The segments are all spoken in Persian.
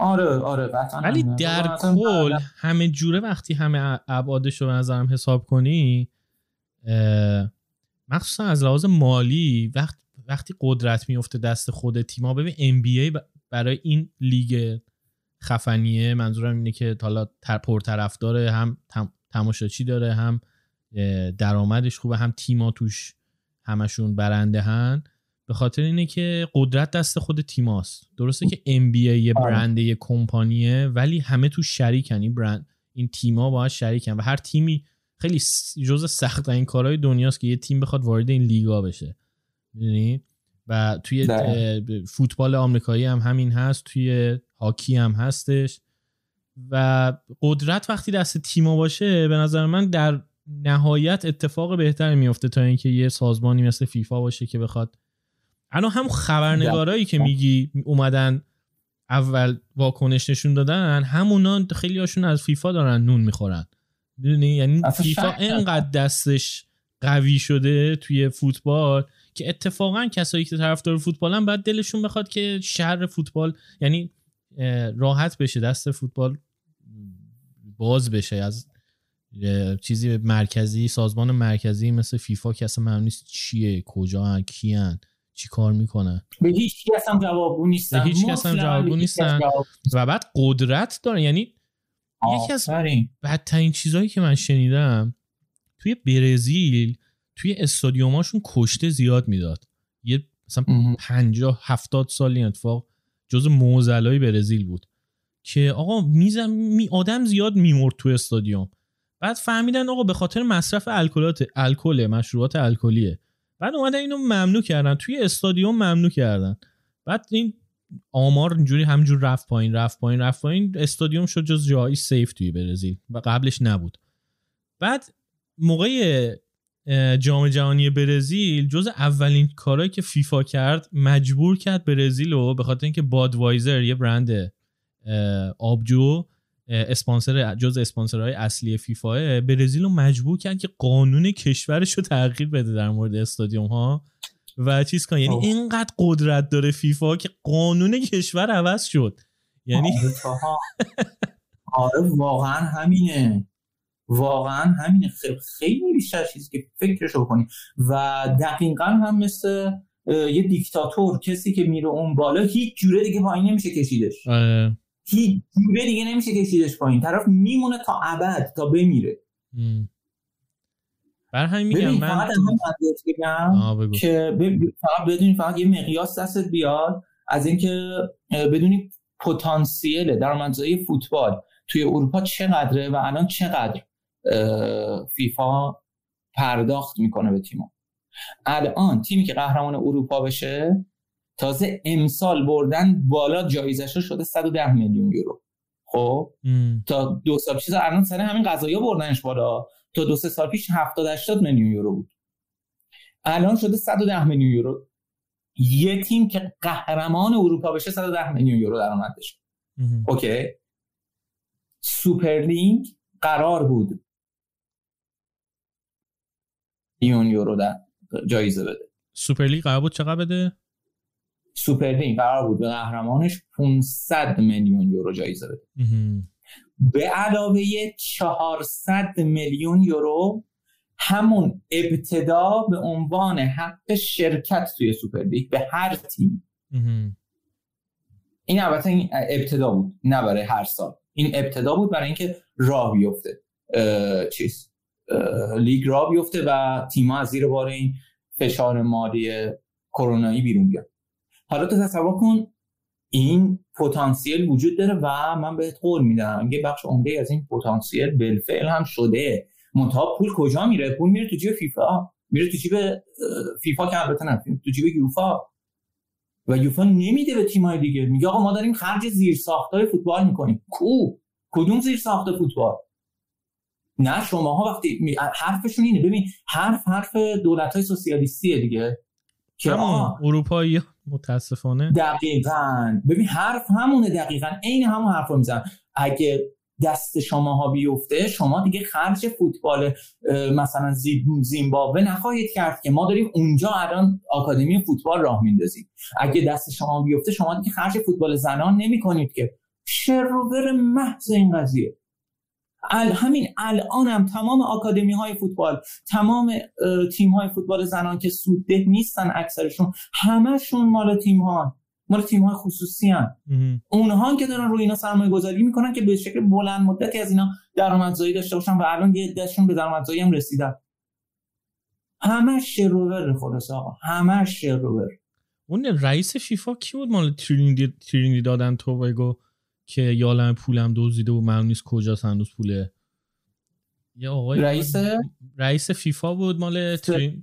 آره قطعا. ولی در کل همه جوره وقتی همه ابعادش رو به نظرم حساب کنی، مخصوصا از لحاظ مالی، وقتی قدرت میفته دست خود تیم‌ها. ببین NBA برای این لیگ خفنیه، منظورم اینه که حالا پرطرفدار، هم تماشاچی داره، هم درآمدش خوبه، هم تیم‌ها توش همشون برنده هن، به خاطر اینه که قدرت دست خود تیماست. درسته که NBA یه برنده، یه کمپانیه، ولی همه تو شریکن. این تیم‌ها باید شریکن و هر تیمی خیلی جزء سخت‌ترین کارهای دنیاست که یه تیم بخواد وارد این لیگا بشه، می‌دونی؟ و توی فوتبال آمریکایی هم همین هست، توی هاکی هم هستش. و قدرت وقتی دست تیم‌ها باشه، به نظر من در نهایت اتفاق بهتری میفته تا اینکه یه سازمانی مثل فیفا باشه که بخواد. الان هم خبرنگارایی که میگی اومدن اول واکنش نشون دادن، همونا خیلی هاشون از فیفا دارن نون میخورن، میدونی؟ یعنی فیفا اینقدر دستش قوی شده توی فوتبال که اتفاقا کسایی که طرفدار فوتبالن بعد دلشون بخواد که شر فوتبال، یعنی راحت بشه، دست فوتبال باز بشه از چیزی مرکزی، سازمان مرکزی مثل فیفا که اصلا معلوم نیست چیه، کجا کیان، چی کار میکنن، به هیچ کس هم جوابگو نیستن، و بعد قدرت دارن. یعنی یکی از بدترین چیزایی که من شنیدم، توی برزیل توی استادیوماشون کشته زیاد میداد. یه مثلا 50-70 سال این اتفاق جز معضلای برزیل بود که آقا آدم زیاد میمرد تو استادیوم. بعد فهمیدن آقا به خاطر مصرف الکل، مشروبات الکلیه. بعد اومدن اینو ممنوع کردن، توی استادیوم ممنوع کردن. بعد این آمار اینجوری همجور رفت پایین، استادیوم شد جز جایی سیف توی برزیل و قبلش نبود. بعد موقع جام جهانی برزیل جز اولین کارهایی که فیفا کرد، مجبور کرد برزیل رو، به خاطر اینکه بادوایزر یه برند آبجو اسپانسر، جز اسپانسرهای اصلی فیفا، برزیل رو مجبور کرد که قانون کشورش رو تغییر بده در مورد استادیوم ها و چیز کنه. یعنی اینقدر قدرت داره فیفا که قانون کشور عوض شد. یعنی آره واقعا همینه، خیلی بیشتر چیزی که فکرشو بکنی. و دقیقاً هم مثل یه دیکتاتور، کسی که میره اون بالا هیچ جوره دیگه پایین نمیشه کشیدش، هیچ جوره دیگه نمیشه کشیدش پایین، طرف میمونه تا ابد، تا بمیره. بر همین میگم من بگم که فقط بدونی، فقط یه مقیاس دستت بیاد از اینکه بدونی پتانسیل درآمدزایی فوتبال توی اروپا چقدره و الان چقدر فیفا پرداخت میکنه به تیم‌ها. الان تیمی که قهرمان اروپا بشه، تازه امسال بردن بالا جایزه‌ش شده 110 میلیون یورو. خب تا 2 سال پیش الان سر همین قضایا بردنش بالا، تا 2-3 سال پیش 70-80 میلیون یورو بود، الان شده 110 میلیون یورو. یه تیم که قهرمان اروپا بشه 110 میلیون یورو درآمد داشت. اوکی، سوپر لیگ قرار بود میلیون یورو در جایزه بده. سوپر لیگ قرار بود چقدر بده؟ سوپر لیگ قرار بود به قهرمانش 500 میلیون یورو جایزه بده. به علاوه 400 میلیون یورو همون ابتدا به عنوان حق شرکت توی سوپر لیگ به هر تیم. این البته این ابتدا بود، نه برای هر سال، این ابتدا بود برای اینکه راه بیفته لیگ راه بیفته و تیم‌ها از زیر بار این فشار مالی کرونایی بیرون بیان. حالا تو تصور کن این پتانسیل وجود داره و من بهت قول میدم یه بخش عمده از این پتانسیل بالفعل هم شده. منتها پول کجا میره؟ پول میره تو جیب فیفا، میره تو جیب فیفا که البته نه، تو جیب یوفا، و یوفا نمیده به تیم‌های دیگه. میگه آقا ما داریم خرج زیرساخت‌های فوتبال میکنیم. کدوم زیرساخت فوتبال؟ نه شماها وقتی حرفشون اینه، ببین حرف دولت‌های سوسیالیستیه دیگه که اروپایی متاسفانه. دقیقاً ببین حرف همونه، دقیقاً عین همون حرفو میزنن. اگه دست شماها بیفته، شما دیگه خرج فوتبال مثلا زیمبابوه نخواهید کرد که ما داریم اونجا الان آکادمی فوتبال راه میندازیم. اگه دست شما بیفته، شما دیگه خرج فوتبال زنان نمی‌کنید که شروور محض این قضیه. همین الانم تمام آکادمی های فوتبال، تمام تیم های فوتبال زنان که سودده نیستن اکثرشون، همشون مال تیم های خصوصی هن. اونها که دارن روی اینا سرمایه گذاری میکنن که به شکل بلند مدتی از اینا درآمدزایی داشته باشن و الان یه عدهشون به درآمدزایی هم رسیدن. همش شروور خلاص آقا، همش شروور. اون رئیس فیفا کی بود مال ترینیداد و توباگو که یالم پولم دزدیده و معلوم نیست کجاست هنوز پوله؟ یه آقای رئیس فیفا بود مال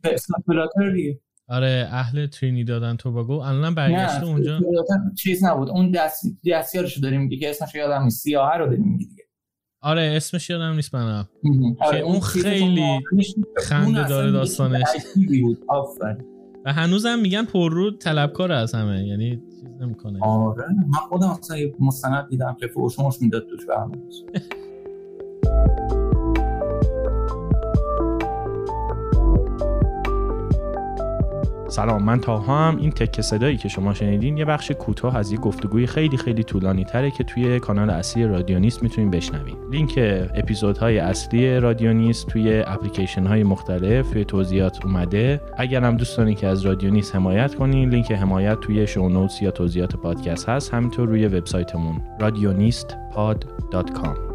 آره اهل ترینیداد و توباگو، الان برگشته اونجا. چیز نبود اون دستیارشو داریم میگه که اسمش یادم نیست، سیاهه رو داریم میگه دیگه. آره اسمش یادم نیست منم. که اون خیلی خنده داره داستانش بود. آفرین. و هنوزم میگن پررو طلبکار از همه، یعنی چیز نمیکنه. آره من خودم اصلا یه مستند دیدم که فوشمش میداد توش به همه. سلام، من تاها هم. این تکه صدایی که شما شنیدین یه بخش کوتاه از یه گفتگوی خیلی خیلی طولانی تره که توی کانال اصلی رادیونیست میتونین بشنوین. لینک اپیزودهای اصلی رادیونیست توی اپلیکیشن های مختلف توی توضیحات اومده. اگر هم دوست دارین که از رادیونیست حمایت کنین، لینک حمایت توی شو نوتس یا توضیحات پادکست هست، همینطور روی وبسایتمون radionistpod.com.